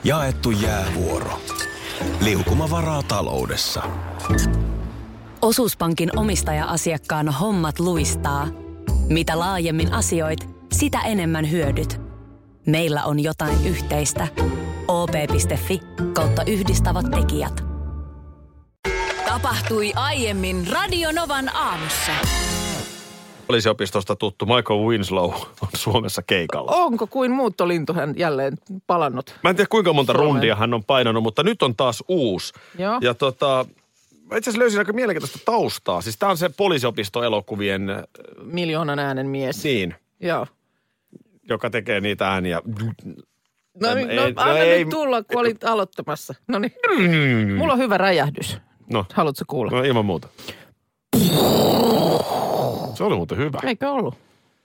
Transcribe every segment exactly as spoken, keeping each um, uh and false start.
Jaettu jäävuoro. Liukuma varaa taloudessa. Osuuspankin omistaja-asiakkaan hommat luistaa. Mitä laajemmin asioit, sitä enemmän hyödyt. Meillä on jotain yhteistä. o p piste f i kautta yhdistävät tekijät. Tapahtui aiemmin Radio Novan aamussa. Poliisiopistosta tuttu Michael Winslow on Suomessa keikalla. Onko kuin muuttolintu hän jälleen palannut? Mä en tiedä kuinka monta Suomeen. rundia hän on painanut, mutta nyt on taas uusi. Joo. Ja tota, mä itse asiassa löysin aika mielenkiintoista taustaa. Siis tää on se poliisiopistoelokuvien... Miljoonan äänen mies. Niin. Joo. Joka tekee niitä ääniä. No niin, no, ei, anna no, ei, nyt tulla, kun olit aloittamassa. No niin. Mulla on hyvä räjähdys. No. Haluatko kuulla? No ilman muuta. Se oli muuten hyvä. Eikö ollut?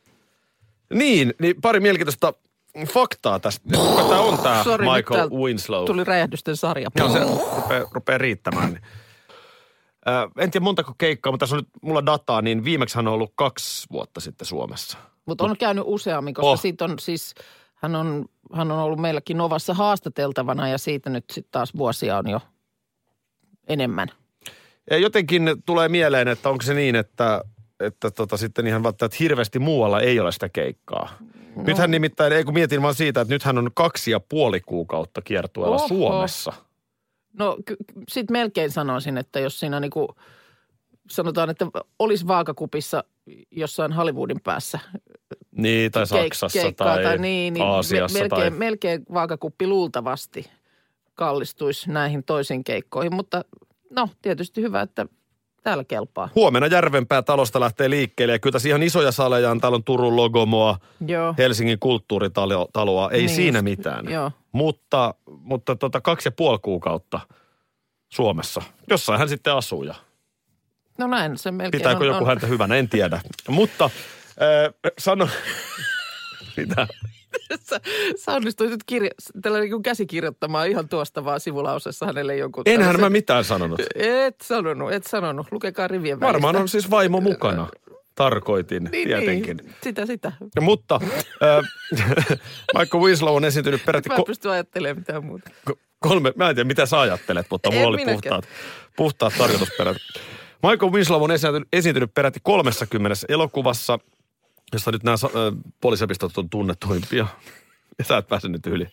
Niin, niin pari mielenkiintoista faktaa tästä. Kuka tää on tää Sorry, Michael Winslow? Tuli räjähdysten sarja. Joo, se rupeaa, rupeaa riittämään. Niin. Äh, en tiedä montako keikkaa, mutta tässä on nyt mulla dataa, niin viimeksi hän on ollut kaksi vuotta sitten Suomessa. Mutta on käynyt useammin, koska Oh. siitä on siis, hän on, hän on ollut meilläkin Novassa haastateltavana ja siitä nyt sitten taas vuosia on jo enemmän. Ja jotenkin tulee mieleen, että onko se niin, että, että tota, sitten ihan välttämättä hirveästi muualla ei ole sitä keikkaa. No. Nythän nimittäin, ei kun mietin vaan siitä, että nythän on kaksi ja puoli kuukautta kiertueella Oho. Suomessa. No ky- sitten melkein sanoisin, että jos siinä niinku, sanotaan, että olisi vaakakupissa jossain Hollywoodin päässä Niin, tai keik- Saksassa keikkaa tai, tai niin, niin Aasiassa. me- melkein, tai... melkein vaakakuppi luultavasti kallistuisi näihin toisiin keikkoihin, mutta no tietysti hyvä, että täällä kelpaa. Huomenna Järvenpää talosta lähtee liikkeelle ja kyllä tässä ihan isoja saleja on. Täällä on Turun Logomoa, Joo. Helsingin kulttuuritaloa, ei Niin siinä just, mitään. joo. Mutta, mutta tota kaksi ja puoli kuukautta Suomessa. Jossain hän sitten asuu ja No näin, se melkein pitääkö on, joku on. häntä hyvänä, en tiedä. Mutta äh, sano, mitä? Sä, sä onnistuit nyt kirja, tällä niin kuin käsikirjoittamaan ihan tuosta vaan sivulausessa hänelle jonkun. Enhän tällaisen- mä mitään sanonut. Et sanonut, et sanonut. Lukekaa rivien välistä. Varmaan on siis vaimo mukana. Tarkoitin niin, tietenkin. Niin, sitä, sitä. Ja, mutta äh, Michael Winslow on esiintynyt peräti... Mä en Ko- pysty ajattelemaan mitään muuta. kolme, mä en tiedä mitä sä ajattelet, mutta mulla En oli minäkään. puhtaat, puhtaat tarkoitusperät. Michael Winslow on esiintynyt, esiintynyt peräti kolmessakymmenessä elokuvassa, jossa nyt nämä äh, poliisiopistot on tunnetuimpia. Ja sä et pääse nyt yli.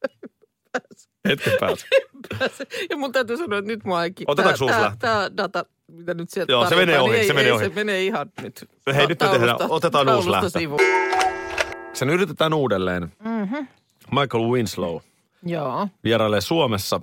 Etkö pääse? Ja mun täytyy sanoa, että nyt mua aikin. Otetaanko uusi tää, lähtö? tää data, mitä nyt sieltä Joo, se tarjotaan, menee ohi, niin ei, se menee ei, ohi. Se menee ihan nyt. Hei, nyt me tehdään, otetaan uusi taulusta lähtö. sivu. Sen yritetään uudelleen. Mm-hmm. Michael Winslow Joo. vierailee Suomessa.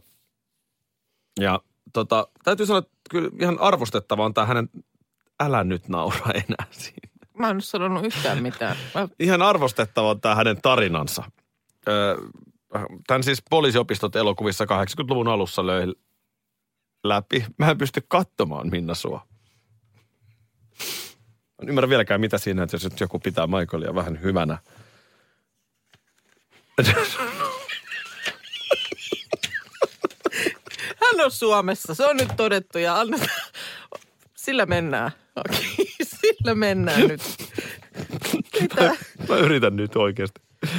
Ja tota, täytyy sanoa, että kyllä ihan arvostettava on tämä hänen älä nyt naura enää siinä. Mä en ole sanonut yhtään mitään. Mä... Ihan arvostettava on tämä hänen tarinansa. Öö, Tämän siis poliisiopistot elokuvissa kahdeksankymmentäluvun alussa löi läpi. Mä en pysty katsomaan, Minna, sua. En ymmärrä vieläkään mitä siinä, että jos nyt joku pitää Michaelia vähän hyvänä. Hän on Suomessa, se on nyt todettu ja annetaan. Sillä mennään. Okei, sillä mennään nyt. Mitä? Mä yritän nyt oikeasti.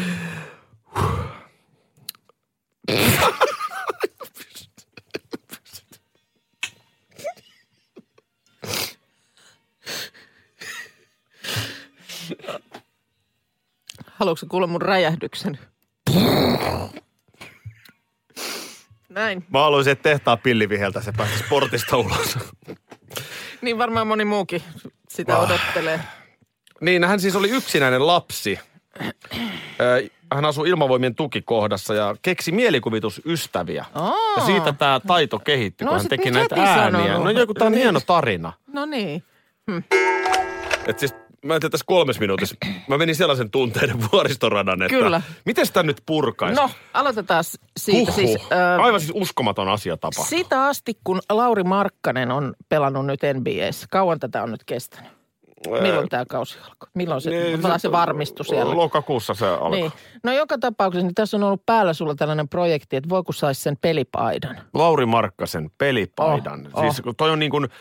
Haluatko kuulla mun räjähdyksen? Näin. Mä haluaisin, että tehtaan pilliviheltä se päästä sportista ulos. Niin varmaan moni muukin sitä odottelee. Niin, hän siis oli yksinäinen lapsi. Hän asui Ilmavoimien tukikohdassa ja keksi mielikuvitusystäviä. Aa. Ja siitä tämä taito kehittyi, No, kun hän sit teki nyt näitä heti ääniä. sanonut. No joku, tää on hieno tarina. No niin. Et siis, mä en tiedä tässä kolmes minuutissa. Mä menin sellaisen tunteiden vuoristoradan, että Kyllä. miten sitä nyt purkaisi? No, aloitetaan s- siitä. Huhhuh. Siis, ö, Aivan siis uskomaton asia tapahtuu. Siitä asti, kun Lauri Markkanen on pelannut nyt N B A:ssä. Kauan tätä on nyt kestänyt? Milloin tämä kausi alkoi? Milloin se, Niin, niin, se varmistui siellä? Lokakuussa se alkoi. Niin. No joka tapauksessa niin tässä on ollut päällä sulla tällainen projekti, että voiko saisi sen pelipaidan. Lauri Markkasen pelipaidan. Oh, Siis oh. toi on niin kuin,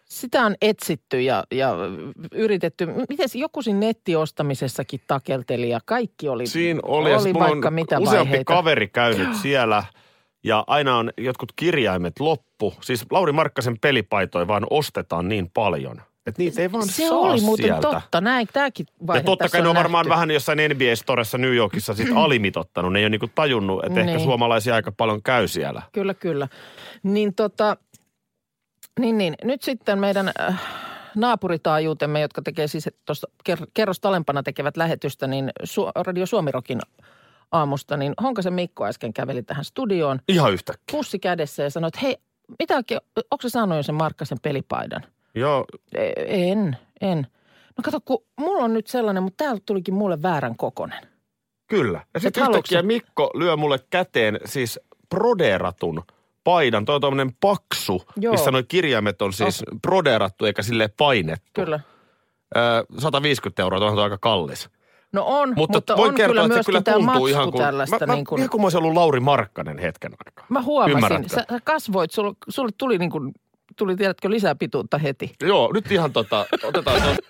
Sitä on etsitty ja, ja yritetty. Miten joku siinä nettiostamisessakin takelteli ja kaikki oli, siinä oli, oli mulla vaikka on mitä useampi vaiheita. kaveri käynyt siellä ja aina on jotkut kirjaimet loppu. Siis Lauri Markkasen pelipaitoja vaan ostetaan niin paljon, että niitä ei vaan Se saa oli muuten sieltä. totta. Näin, tämäkin vaihe Ja totta tässä kai ne on varmaan nähty. vähän jossain N B A-storessa New Yorkissa sit alimitottanut. Ne ei ole niinku tajunnut, että Niin. ehkä suomalaisia aika paljon käy siellä. Kyllä, kyllä. Niin tota, niin niin. Nyt sitten meidän äh, naapuritaajuutemme, jotka tekee siis tuossa ker- kerrosta alempana tekevät lähetystä, niin Su- Radio Suomirokin aamusta, niin Honkasen Mikko äsken käveli tähän studioon Ihan yhtäkkiä. pussi kädessä ja sanoi, että hei, mitä oikein, onko se saanut jo sen Markkasen pelipaidan? Joo, E- En, en. No kato, kun mulla on nyt sellainen, mutta täältä tulikin mulle väärän kokonen. kyllä. Ja sitten haluatko yhtäkkiä sä- Mikko lyö mulle käteen siis brodeeratun paidan. Toi on tommonen paksu, Joo. missä noi kirjaimet on siis oh. brodeerattu eikä silleen painettu. Kyllä. Ö, sata viisikymmentä euroa, toi on aika kallis. No on, mutta, Mutta, mutta voin on kertoa, kyllä että se myöskin kyllä tämä tuntuu matsku ihan kuin... tällaista. Mä, niin kuin, mä, ihan kuin mä olisin ollut Lauri Markkanen hetken aikaa. mä huomasin, Ymmärrätkö? sä, sä kasvoit, sulle, sulle tuli niin kuin, tuli tiedätkö lisää pituutta heti. Joo, nyt ihan tota, otetaan se.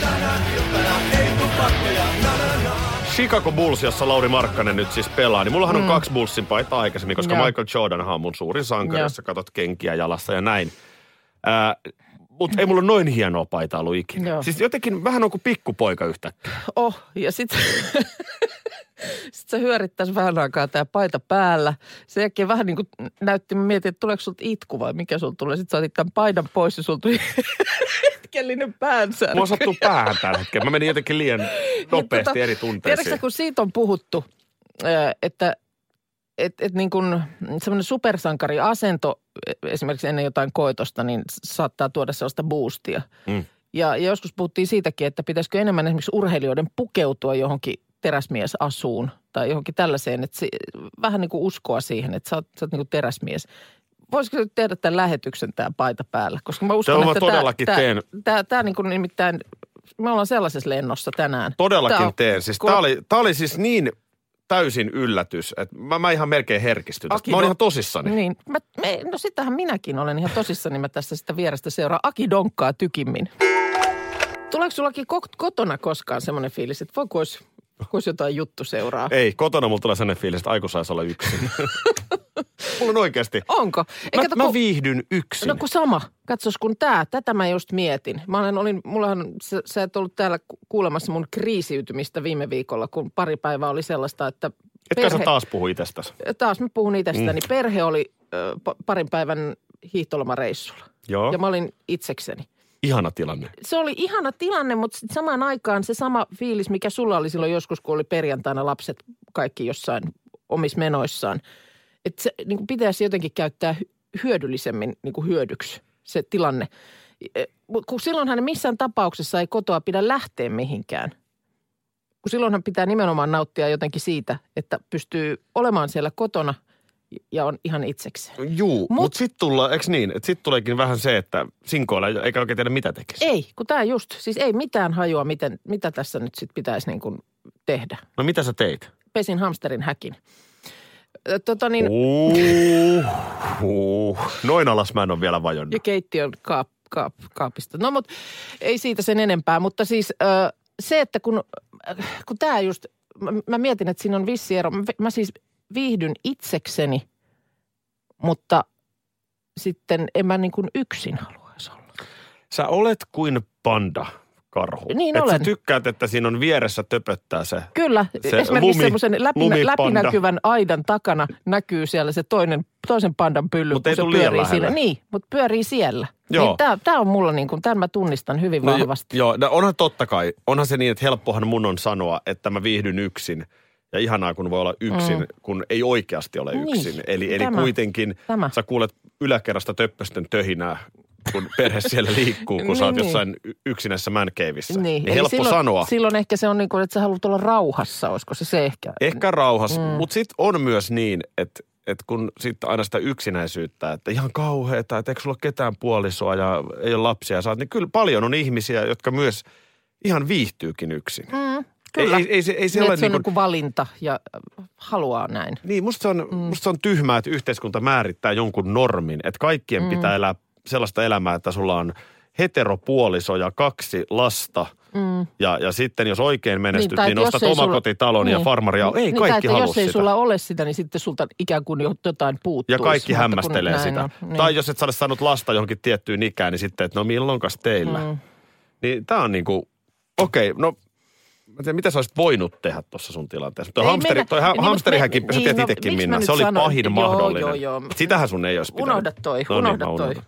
Chicago Bulls, jossa Lauri Markkanen nyt siis pelaa, niin mullahan on mm. kaksi Bullsin paitaa aikaisemmin, koska Joo. Michael Jordanhan on mun suurin sankari, Joo. jossa katot kenkiä jalassa ja näin. Äh, Mutta ei mulla noin hienoa paitaa ollut ikinä. Joo. Siis jotenkin vähän on kuin pikkupoika yhtäkkiä. Oh, ja sitten sit se hyörittäisi vähän aikaa tämä paita päällä. Se jälkeen vähän niin kuin näytti, mä mietin, että tuleeko sulta itku vai mikä sulta tulee. Sitten saatit tämän paidan pois ja sulta tuli hetkellinen päänsärky. Mua sattuu päähän tällä hetkellä. Mä menin jotenkin liian nopeasti tota, eri tunteisiin. Tiedätkö, kun siitä on puhuttu, että et, et niin kuin semmoinen supersankariasento esimerkiksi ennen jotain koitosta, niin saattaa tuoda sellaista boostia. Mm. Ja, ja joskus puhuttiin siitäkin, että pitäisikö enemmän esimerkiksi urheilijoiden pukeutua johonkin teräsmiesasuun tai johonkin tällaiseen, että se, vähän niin kuin uskoa siihen, että sä oot, sä oot niin kuin teräsmies. Voisiko se tehdä tämän lähetyksen tämä paita päällä? Koska mä uskon, Joo, mä että todellakin tämä, teen. Tämä, tämä, tämä niin kuin nimittäin, me ollaan sellaisessa lennossa tänään. Todellakin Tämä on- teen. Siis kun- tää oli, tää oli siis niin täysin yllätys, että mä, mä ihan melkein herkistyn tästä. Aki Mä olin Don- ihan tosissani. Niin, mä, me, no sitähän minäkin olen ihan tosissani, mä tässä sitä vierestä seuraa. Aki donkkaa tykimmin. Tuleeko sullakin ko- kotona koskaan semmoinen fiilis, että voiko olisi, olisi jotain juttu seuraa? Ei, kotona mulla tulee sellainen fiilis, että aiku saisi olla yksin. Mulla on oikeasti. Onko? Ei, Mä, kato, mä kun- viihdyn yksin. No kun sama. Katsos kun tää, tätä mä just mietin. Mä olen, olin, mullahan, sä, sä et ollut täällä ku- kuulemassa mun kriisiytymistä viime viikolla, kun pari päivää oli sellaista, että Etkä sä taas puhu itsestäsi. taas mä puhun itsestäni. Mm. Perhe oli ö, pa- parin päivän hiihtolomareissulla. Joo. Ja mä olin itsekseni. Ihana tilanne. Se oli ihana tilanne, mutta sit samaan aikaan se sama fiilis, mikä sulla oli silloin joskus, kun oli perjantaina lapset kaikki jossain omissa menoissaan. Että se niin kuin pitäisi jotenkin käyttää hy- hyödyllisemmin niin kuin hyödyksi se tilanne. E, mut kun silloinhan missään tapauksessa ei kotoa pidä lähteä mihinkään. Kun silloinhan pitää nimenomaan nauttia jotenkin siitä, että pystyy olemaan siellä kotona ja on ihan itsekseen. Juu, Mut- mutta mut sitten tullaan, eikö niin, että sitten tuleekin vähän se, että sinkoilla eikä oikein tiedä mitä tekisi. Ei, kun tämä just, siis ei mitään hajua, miten, mitä tässä nyt sitten pitäisi niin kuin tehdä. No mitä sä teit? Pesin hamsterin häkin. Ö, Tota niin, Uh, uh. Noin alas mä en ole vielä vajonnut. ja keittiön kaap, kaap, kaapista. No mutta ei siitä sen enempää, mutta siis ö, se, että kun, äh, kun tämä just, mä, mä mietin, että siinä on vissi ero. Mä, mä siis viihdyn itsekseni, mutta sitten en mä niin kuin yksin haluaisi olla. Sä olet kuin panda. Karhu. Niin Et olen. sä tykkäät, että siinä on vieressä töpöttää se. Kyllä, Se esimerkiksi lumi- semmoisen läpinä, lumipanda. läpinäkyvän aidan takana näkyy siellä se toinen, toisen pandan pylly, Mut kun ei se tuu liian pyörii siinä. lähelle. Niin, mutta pyörii siellä. Joo. Niin tää, tää on mulla niin kuin, tämän mä tunnistan hyvin No, vahvasti. Joo, no onhan totta kai. Onhan se niin, että helppohan mun on sanoa, että mä viihdyn yksin. Ja ihanaa, kun voi olla yksin, mm. kun ei oikeasti ole Niin, yksin. Eli, eli tämä, kuitenkin tämä. sä kuulet yläkerrasta töppösten töhinää, kun perhe siellä liikkuu, kun Niin, sä oot niin. jossain y- yksinässä mänkeivissä. Niin, Niin eli helppo silloin, sanoa. Silloin ehkä se on niin kuin, että sä haluat olla rauhassa, olisiko se se ehkä? Ehkä rauhassa, mm. mutta sitten on myös niin, että että kun sitten aina sitä yksinäisyyttä, että ihan kauheeta, että eikö sulla ole ketään puolisoa ja ei ole lapsia ja saat, niin kyllä paljon on ihmisiä, jotka myös ihan viihtyykin yksin. Mm, kyllä. Ei, ei, ei, se, ei se niin, ole että se on niin niin kuin, kuin valinta ja haluaa näin. niin musta se, on, mm. musta se on tyhmää, että yhteiskunta määrittää jonkun normin, että kaikkien mm. pitää elää sellaista elämää, että sulla on heteropuoliso ja kaksi lasta. Mm. Ja, ja sitten jos oikein menestyt, niin, niin ostat omakotitalon sulla, ja niin, farmaria. Ei niin, kaikki halua sitä. Jos ei sulla ole sitä, niin sitten sulta ikään kuin jotain puuttuu. Ja kaikki hämmästelee sitä. On, niin. Tai jos et sä ole saanut lasta johonkin tiettyyn ikään, niin sitten, että no milloinkas teillä. Mm. Niin tää on niinku, okei, okay, no mä tiedän, mitä sä olisit voinut tehdä tuossa sun tilanteessa. Toi, hamsteri, mennä, toi niin, hamsterihäkin, niin, sä tiedät no, itsekin Minna, se oli sanon, pahin joo, mahdollinen. Joo, joo. Sitähän sun ei olisi pitänyt. Unohda toi, no unohda niin, toi.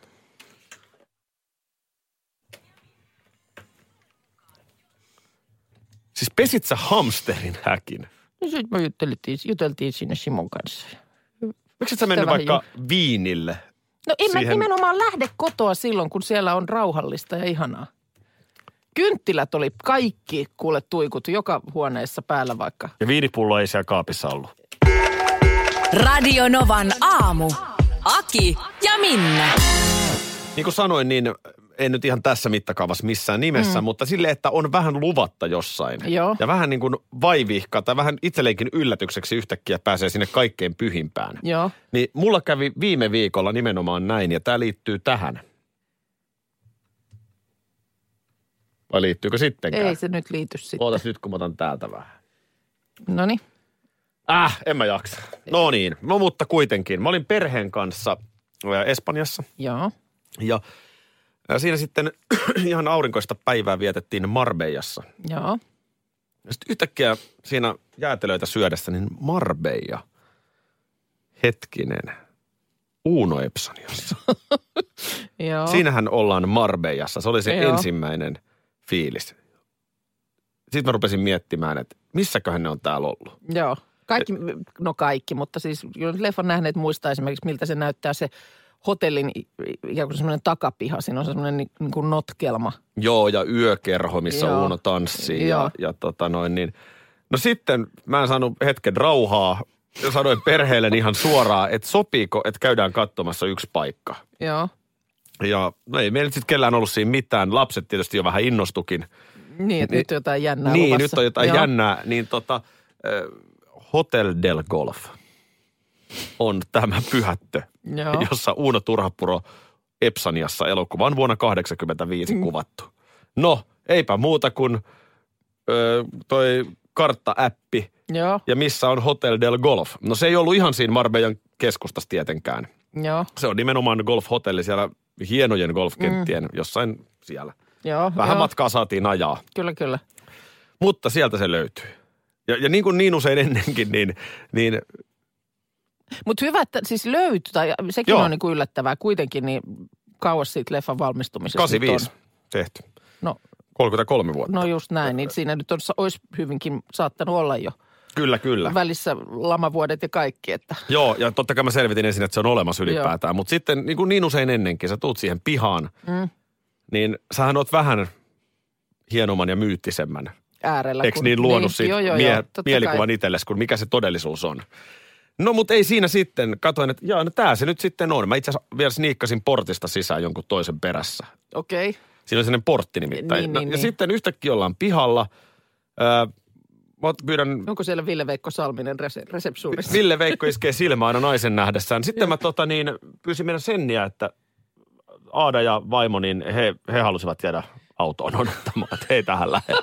Siis pesit sä hamsterin häkin? No sit me juteltiin, juteltiin sinne Simon kanssa. Miksi et sä mennyt vaikka jo viinille? No en siihen... mä nimenomaan lähde kotoa silloin, kun siellä on rauhallista ja ihanaa. Kynttilät oli kaikki, kuule tuikut, joka huoneessa päällä vaikka. Ja viinipullo ei siellä kaapissa ollut. Radio Novan aamu. Aki ja Minna. Niin kuin sanoin, niin en nyt ihan tässä mittakaavassa missään nimessä, mm. mutta silleen, että on vähän luvatta jossain. Joo. Ja vähän niin kuin vaivihka tai vähän itselleenkin yllätykseksi yhtäkkiä pääsee sinne kaikkein pyhimpään. Joo. Niin mulla kävi viime viikolla nimenomaan näin ja tämä liittyy tähän. Vai liittyykö sittenkään? Ei se nyt liity sitten. Ootas nyt, kun mä otan täältä vähän. Noniin. Äh, en mä jaksa. No niin, no mutta kuitenkin. Mä olin perheen kanssa Espanjassa. Joo. Ja, ja siinä sitten ihan aurinkoista päivää vietettiin Marbellassa. Joo. Ja sitten yhtäkkiä siinä jäätelöitä syödessä, niin Marbella, hetkinen, Uno Epsoniassa. Joo. Siinähän ollaan Marbellassa. Se oli se Joo. ensimmäinen fiilis. Sitten mä rupesin miettimään, että missäköhän ne on täällä ollut. Joo. Kaikki, no kaikki, mutta siis jos leffan nähneet muistaa esimerkiksi, miltä se näyttää se hotellin ikään kuin semmoinen takapiha. Siinä on semmoinen niin, niin kuin notkelma. Joo, ja yökerho, missä Joo. Uno tanssii ja, ja tota noin niin. No sitten mä en saanut hetken rauhaa. Sanoin perheelle ihan suoraan, että sopiiko, että käydään katsomassa yksi paikka. Joo. Ja no ei meillä sitten kellään ollut siinä mitään. Lapset tietysti jo vähän innostukin. Niin, että Ni, nyt on jotain jännää Niin, luvassa. nyt on jotain Joo. jännää. Niin tota, äh, Hotel del Golf on tämä pyhättö, Joo. jossa Uuno Turhapuro Epsaniassa elokuva on vuonna kahdeksankymmentäviisi mm. kuvattu. No, eipä muuta kuin ö, toi kartta-äppi. Joo. Ja missä on Hotel del Golf. No se ei ollut ihan siinä Marbellan keskustassa tietenkään. Joo. Se on nimenomaan golf-hotelli siellä hienojen golfkenttien mm. jossain siellä. Joo. Vähän jo. matkaa saatiin ajaa. Kyllä, kyllä. Mutta sieltä se löytyy. Ja, ja niin kuin niin usein ennenkin, niin... niin mutta hyvä, että siis löytyy, tai sekin Joo. on niin kuin yllättävää kuitenkin, niin kauas siitä leffan valmistumisesta. kahdeksankymmentäviisi tehty. No, kolmekymmentäkolme vuotta. no just näin, niin siinä nyt on, olisi hyvinkin saattanut olla jo. Kyllä, kyllä. Välissä lamavuodet ja kaikki, että... Joo, ja totta kai mä selvitin ensin, että se on olemassa ylipäätään. Mutta sitten niin kuin niin usein ennenkin, sä tuut siihen pihaan, mm. niin sähän oot vähän hienomman ja myyttisemmän. Äärellä. Eikö niin luonut niin, siitä joo, joo, mie- joo, mielikuvan itsellesi, kun mikä se todellisuus on. No, mutta ei siinä sitten. Katoin, että jaa, no tää se nyt sitten on. Mä itse asiassa vielä sniikkasin portista sisään jonkun toisen perässä. Okei. Okay. Siinä on sellainen portti nimittäin. Niin, no, niin, ja niin. sitten yhtäkkiä ollaan pihalla. Öö, mä pyydän... Onko siellä Ville-Veikko Salminen rese- resepsuunissa? Ville-Veikko iskee silmään aina naisen nähdessään. Sitten mä tota niin, pyysin meidän Senniä, että Aada ja vaimo, niin he, he halusivat jäädä autoon odottamaan, että hei tähän lähde.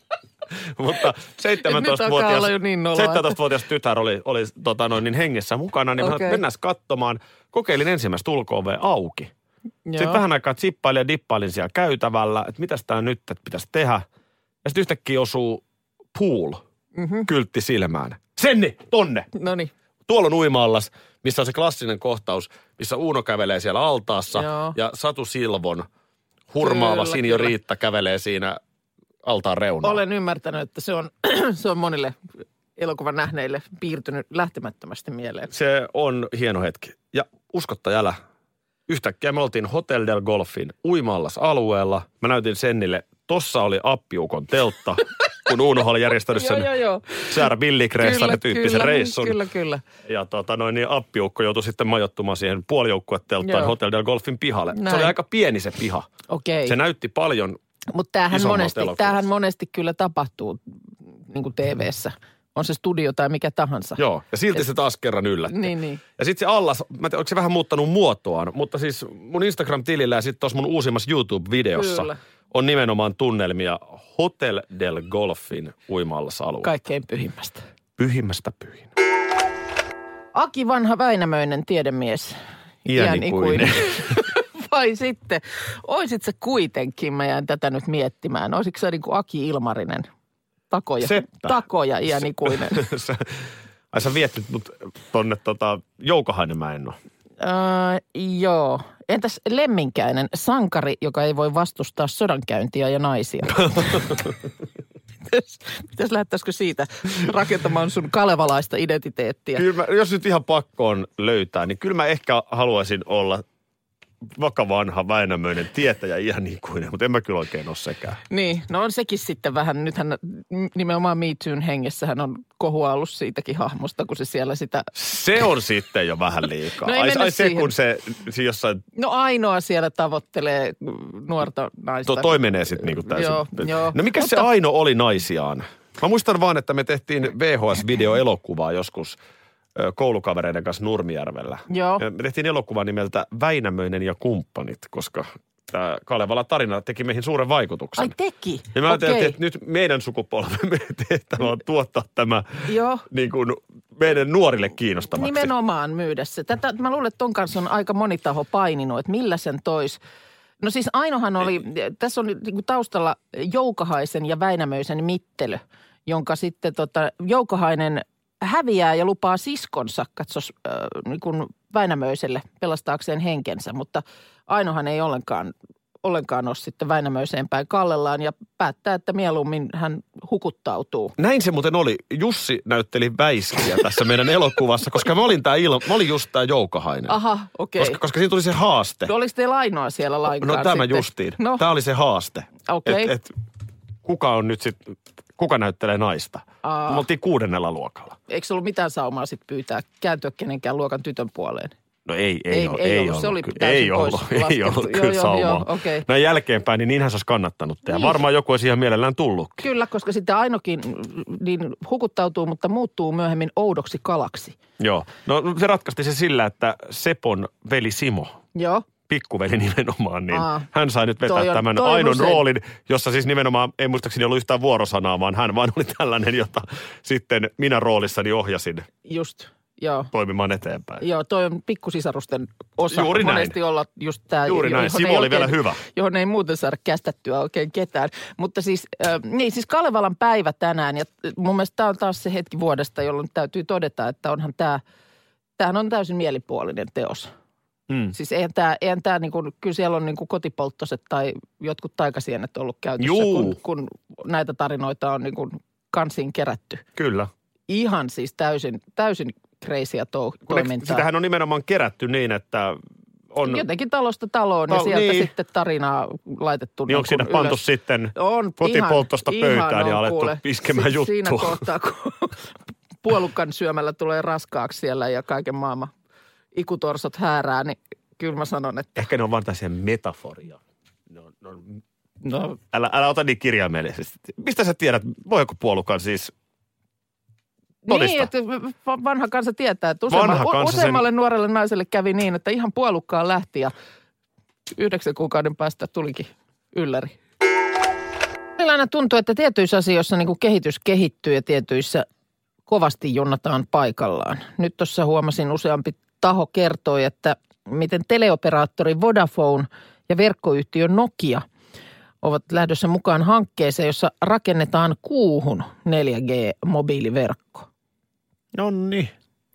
Mutta seitsemäntoistavuotias, niin seitsemäntoistavuotias tytär oli, oli tota noin, niin hengessä mukana, niin okay. mennään katsomaan. Kokeilin ensimmäistä ulko-ovea auki. Joo. Sitten vähän aikaa tsippailin ja dippailin siellä käytävällä, että mitäs tää nyt, että pitäisi tehdä. Ja sitten yhtäkkiä osuu pool, mm-hmm. kyltti silmään. Senni, tonne! Noniin. Tuolla on uima-allas, missä on se klassinen kohtaus, missä Uuno kävelee siellä altaassa. Joo. Ja Satu Silvon hurmaava Sinjo Riitta kävelee siinä altaan reunaan. Olen ymmärtänyt, että se on, se on monille elokuvan nähneille piirtynyt lähtemättömästi mieleen. Se on hieno hetki. Ja uskotta älä. Yhtäkkiä me oltiin Hotel del Golfin uima-allas alueella. Mä näytin Sennille, tossa oli appiukon teltta, kun Uuno oli järjestänyt sen Säära Billikreissalle tyyppisen kyllä, reissun. Kyllä, kyllä. Ja tota noin, niin appiukko joutui sitten majoittumaan siihen puolijoukkuetelttaan Hotel del Golfin pihalle. Näin. Se oli aika pieni se piha. Okei. Se näytti paljon Mutta tämähän monesti, elokuvassa. tämähän monesti kyllä tapahtuu niin kuin T V:ssä. On se studio tai mikä tahansa. Joo, ja silti Et, se taas kerran yllätti. Niin, niin. Ja sitten se allas, mä en tiedä, onko se vähän muuttanut muotoaan, mutta siis mun Instagram-tilillä ja sitten tuossa mun uusimmassa YouTube-videossa Kyllä. on nimenomaan tunnelmia Hotel del Golfin uima-allasalueelta. Kaikkein pyhimmästä. Pyhimmästä pyhin. Aki vanha Väinämöinen tiedemies. Iänikuinen. Vai sitten, oisit se kuitenkin, mä jään tätä nyt miettimään. Oisitko se niin kuin Aki Ilmarinen? Takoja. Seppä. Takoja, iänikuinen. Ai sä viet nyt mut tonne tota Joukahainen mä en ole. Öö, joo. Entäs Lemminkäinen, sankari, joka ei voi vastustaa sodankäyntiä ja naisia? Mitäs, mitäs lähettäisikö siitä rakentamaan sun kalevalaista identiteettiä? Kyllä mä, jos nyt ihan pakko on löytää, niin kyllä mä ehkä haluaisin olla vaikka vanha Väinämöinen tietäjä ihan ikuinen, mutta en mä kyllä oikein ole sekään. Niin, no on sekin sitten vähän, nythän nimenomaan Me Toon hengessähän on kohua ollut siitäkin hahmosta, kun se siellä sitä... Se on sitten jo vähän liikaa. No ai, ai se, siihen. kun se, se jossain... No ainoa siellä tavoittelee nuorta naista. To, toi menee sitten niinku täysin. Joo, joo. No mikä mutta... se Aino oli naisiaan? Mä muistan vaan, että me tehtiin V H S-video-elokuvaa joskus koulukavereiden kanssa Nurmijärvellä. Joo. Ja me tehtiin elokuva nimeltä Väinämöinen ja kumppanit, koska tämä Kalevala tarina teki meihin suuren vaikutuksen. Ai teki? Ja mä ajattelin, okay. että nyt meidän sukupolvemme tehtävä on tuottaa tämä Joo. niin kuin meidän nuorille kiinnostavaksi. Nimenomaan myydä se. Tätä, mä luulen, että ton kanssa on aika moni taho paininut, että millä sen tois. No siis Ainohan oli, tässä on niin kuin taustalla Joukahaisen ja Väinämöisen mittelö, jonka sitten tota, Joukahainen häviää ja lupaa siskonsa, katsos äh, niin kuin Väinämöiselle pelastaakseen henkensä, mutta Ainohan ei ollenkaan, ollenkaan ole sitten Väinämöiseen päin kallellaan ja päättää, että mieluummin hän hukuttautuu. Näin se muuten oli. Jussi näytteli Väiskiä tässä meidän elokuvassa, koska mä olin, tää il, mä olin just tää Joukahainen. Aha, okei. Okay. Koska, koska siinä tuli se haaste. No oliko teillä Ainoa siellä lainkaan No tämä sitten? justiin. No. Tämä oli se haaste. Okei. Okay. Et, et, kuka on nyt sitten, kuka näyttelee naista? Aa. Me oltiin kuudennella luokalla. Eikö se ollut mitään saumaa sitten pyytää, kääntyä kenenkään luokan tytön puoleen? No ei, ei, ei, ole, ei, ei ollut. ollut. Se oli ei ollut, ei ollut kyllä joo, saumaa. Joo, okay. Näin jälkeenpäin, niin niinhän se olisi kannattanut tehdä. Niin. Varmaan joku olisi ihan mielellään tullutkin. Kyllä, koska sitten Ainokin niin hukuttautuu, mutta muuttuu myöhemmin oudoksi kalaksi. Joo, no se ratkaisti se sillä, että Sepon veli Simo. Joo. Pikkuveli nimenomaan, niin Aa, hän sai nyt vetää on, tämän Ainon usein. roolin, jossa siis nimenomaan, ei muistaakseni ollut yhtään vuorosanaa, vaan hän vaan oli tällainen, jota sitten minä roolissani ohjasin. Just, joo. Toimimaan eteenpäin. Joo, toi on pikkusisarusten osa. Juuri näin. Monesti olla just tämä. Juuri näin, Simo oli oikein, vielä hyvä. Johon ei muuten saada kästettyä oikein ketään. Mutta siis, äh, niin siis Kalevalan päivä tänään, ja mun mielestä tämä on taas se hetki vuodesta, jolloin täytyy todeta, että onhan tämä, tämähän on täysin mielipuolinen teos. Mm. Siis eihän tämä, eihän tämä niin kuin, kyllä siellä on niin kuin kotipolttoset tai jotkut taikasienet ollut käytössä, kun, kun näitä tarinoita on niin kuin kansiin kerätty. Kyllä. Ihan siis täysin, täysin kreisiä to- toimintaa. Sitähän on nimenomaan kerätty niin, että on... Jotenkin talosta taloon Ta- ja sieltä niin. sitten tarinaa laitettu. Niin, niin onko siinä ylös. Pantu sitten on, kotipoltosta ihan, pöytään ihan ja alettu kuule. Piskemään si- juttua? Siinä kohtaa, kun puolukkan syömällä tulee raskaaksi siellä ja kaiken maailman ikutorsot häärää, niin kyllä mä sanon, että... Ehkä ne on vaan tällaisia metaforia. No, no, no. Älä, älä ota niin kirjaimellisesti. Mistä sä tiedät, voiko puolukan siis todistaa? Niin, että vanha kansa tietää, että useamma, kansa useammalle sen... nuorelle naiselle kävi niin, että ihan puolukkaan lähti ja yhdeksän kuukauden päästä tulikin ylläri. Meillä aina tuntuu, että tietyissä asioissa niin kuin kehitys kehittyy ja tietyissä kovasti jonnataan paikallaan. Nyt tuossa huomasin useampi taho kertoi, että miten teleoperaattori Vodafone ja verkkoyhtiö Nokia ovat lähdössä mukaan hankkeeseen, jossa rakennetaan kuuhun neljä G-mobiiliverkko. No niin.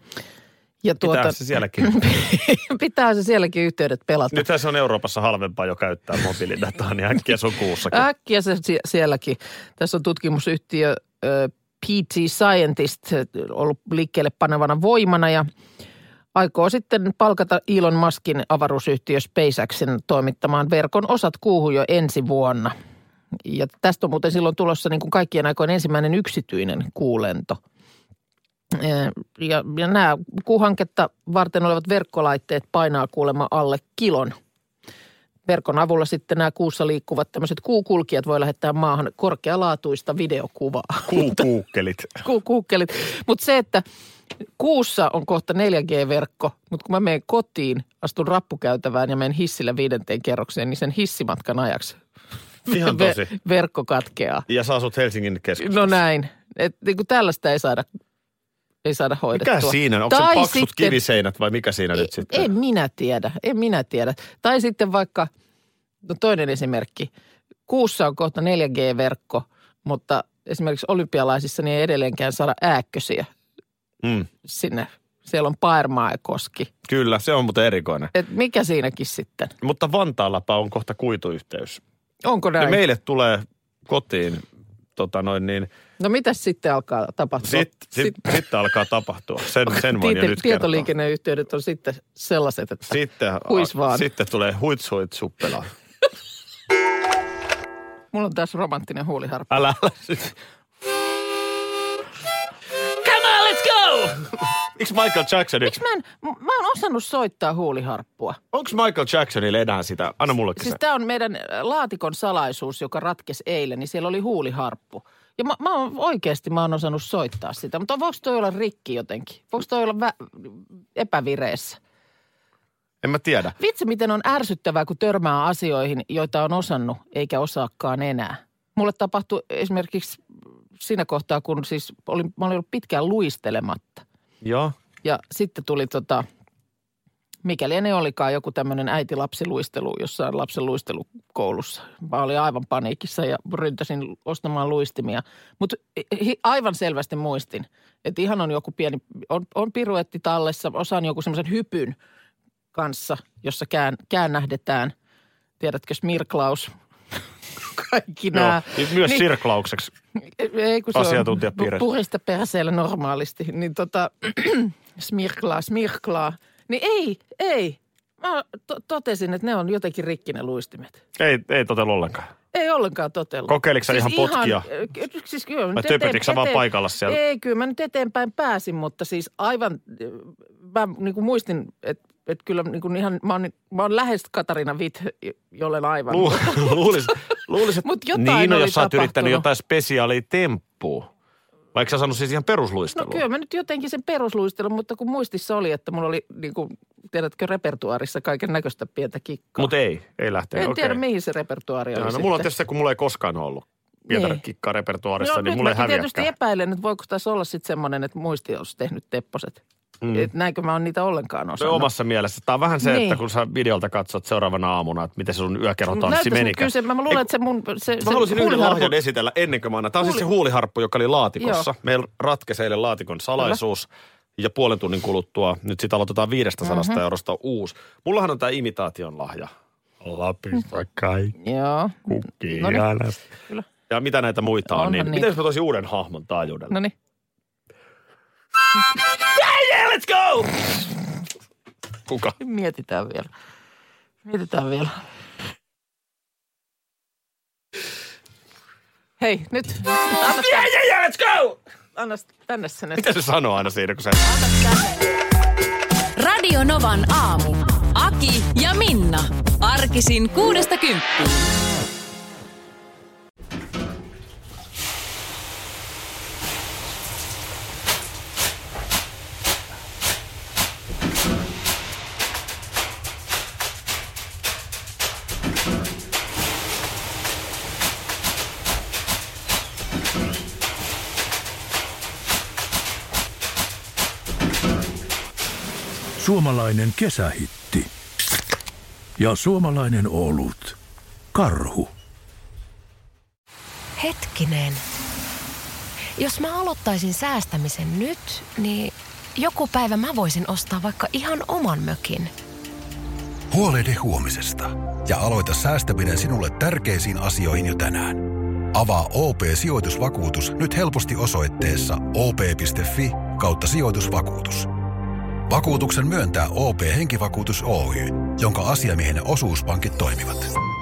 Ja tuota, pitää se sielläkin. pitää se sielläkin yhteydet pelata. Nythän se on Euroopassa halvempaa jo käyttää mobiilidataa, niin äkkiä se on kuussakin. Äkkiä se sielläkin. Tässä on tutkimusyhtiö P T Scientist ollut liikkeelle panevana voimana ja aikoo sitten palkata Elon Muskin avaruusyhtiö SpaceXin toimittamaan verkon osat kuuhun jo ensi vuonna. Ja tästä on muuten silloin tulossa niin kuin kaikkien aikojen ensimmäinen yksityinen kuulento. Ja, ja nämä kuuhanketta varten olevat verkkolaitteet painaa kuulemma alle kilon. verkon avulla sitten nämä kuussa liikkuvat tämmöiset kuukulkijat voi lähettää maahan korkealaatuista videokuvaa. Kuukuukkelit. Kuukuukkelit. Mutta se, että kuussa on kohta neljä G-verkko, mutta kun mä menen kotiin, astun rappukäytävään ja menen hissillä viidenteen kerrokseen, niin sen hissimatkan ajaksi Ihan tosi. Ver- verkko katkeaa. Ja sä asut Helsingin keskustassa. No näin. Että niin kuin tällaista ei saada, ei saada hoidettua. Mikä siinä? Onko tai se paksut sitten, kiviseinät vai mikä siinä ei, nyt sitten? En minä tiedä, en minä tiedä. Tai sitten vaikka, no toinen esimerkki. Kuussa on kohta neljä G-verkko, mutta esimerkiksi olympialaisissa niin ei edelleenkään saada ääkkösiä Mm. sinne. Siellä on Paermaa ja Koski. Kyllä, se on muuten erikoinen. Et mikä siinäkin sitten? Mutta Vantaallapa on kohta kuituyhteys. Onko näin? Ja meille tulee kotiin, tota noin niin... No mitäs sitten alkaa tapahtua? Sitten sit, sit, sit alkaa tapahtua. Sen, sen voin jo nyt kertoa. Tietoliikenneyhteydet on sitten sellaiset, että sitten, huis vaan. Sitten tulee huitsuit suppelaa. Mulla on tässä romanttinen huuliharppu. Älä, älä. Come on, let's go! Miksi Michael Jackson... Miksi mä en, mä oon osannut soittaa huuliharppua. Onko Michael Jacksonilla enää sitä? Anna mullekin Siis se. tää on meidän laatikon salaisuus, joka ratkesi eilen, niin siellä oli huuliharppu. Ja mä, mä oon oikeasti, mä oon osannut soittaa sitä. Mutta voiko toi olla rikki jotenkin? Voiko toi olla vä- epävireessä? En mä tiedä. Vitsi, miten on ärsyttävää, kun törmää asioihin, joita on osannut, eikä osaakaan enää. Mulle tapahtui esimerkiksi siinä kohtaa, kun siis olin, mä olin ollut pitkään luistelematta. Joo. Ja sitten tuli tota, mikäli ne olikaan joku tämmöinen äiti-lapsiluistelu jossain lapsen luistelukoulussa. Mä olin aivan paniikissa ja ryntäsin ostamaan luistimia. Mutta aivan selvästi muistin, että ihan on joku pieni, on, on piruetti tallessa, osaan joku semmoisen hypyn kanssa, jossa kään, käännähdetään, tiedätkö, Smirklaus, kaikki nämä. Joo, myös niin, sirklaukseksi ei, kun se asiantuntijapiirissä. on purista perseellä normaalisti, niin tota, Smirklaa, Smirklaa, niin ei, ei. Mä to- totesin, että ne on jotenkin rikki ne luistimet. Ei, ei totelu ollenkaan. Ei ollenkaan totellut. Kokeiliko sä siis ihan potkia? Ihan, siis kyllä, Vai töpötitkö sä vaan paikalla siellä? Ei, kyllä mä nyt eteenpäin pääsin, mutta siis aivan, mä niin kuin muistin, että et kyllä niin kuin ihan, mä oon, mä oon lähes Katarina Witt, jollen aivan. Lu, luulis, luulis, että Mut jotain niin, no, oli jos sä oot tapahtunut. yrittänyt jotain spesiaalia temppua. Vaikka sä sanonut siis ihan perusluistelua. No kyllä mä nyt jotenkin sen perusluistelun, mutta kun muistissa oli, että mulla oli niin kuin, tiedätkö, repertuaarissa kaiken näköistä pientä kikkaa. Mutta ei, ei lähtenyt. En okay. tiedä, mihin se repertuaari oli no, no, sitten. mulla on tietysti se, kun mulla ei koskaan ollut pientä Niin. kikkaa repertuaarissa, No, niin nyt mulla ei mäkin tietysti häviäkään. epäilen, että voiko tässä olla sitten semmoinen, että muisti olisi tehnyt tepposet. Mm. Että näinkö mä oon niitä ollenkaan Se osannut. omassa mielessä. Tämä on vähän se, Niin. että kun sä videolta katsot seuraavana aamuna, että miten se sun yökerhotanssi Näyttäisi nyt menikään. kyllä se, mä luulen, että se mun... Se, Mä se haluaisin yhden huuliharppu- lahjan esitellä ennen kuin mä annan. Tämä on siis se huuliharppu, joka oli laatikossa. Joo. Meillä ratkesi eilen laatikon salaisuus. Ja puolen tunnin kuluttua, nyt sitä aloitetaan viisisataa mm-hmm. eurosta uusi. Mullahan on tämä imitaation lahja. Lapista kaikki. Joo. Kukki Noniin. ihanasti. Kyllä. Ja mitä näitä muita on, Onhan niin niitä. miten jos mä toisin uuden hahmon taajuudella? No niin. Yeah, yeah, let's go! Kuka? Mietitään vielä. Mietitään vielä. Hei, nyt. Anna, Yeah, yeah, yeah, let's go! anna tänne se nyt. Mitä se sanoo aina siinä, kun se... Radio Novan aamu. Aki ja Minna. Arkisin kuudesta kymppiin. Suomalainen kesähitti. Ja suomalainen olut. Karhu. Hetkinen. Jos mä aloittaisin säästämisen nyt, niin joku päivä mä voisin ostaa vaikka ihan oman mökin. Huolehdi huomisesta ja aloita säästäminen sinulle tärkeisiin asioihin jo tänään. Avaa O P-sijoitusvakuutus nyt helposti osoitteessa o p piste f i kautta sijoitusvakuutus. Vakuutuksen myöntää O P-henkivakuutus Oy, jonka asiamiehen osuuspankit toimivat.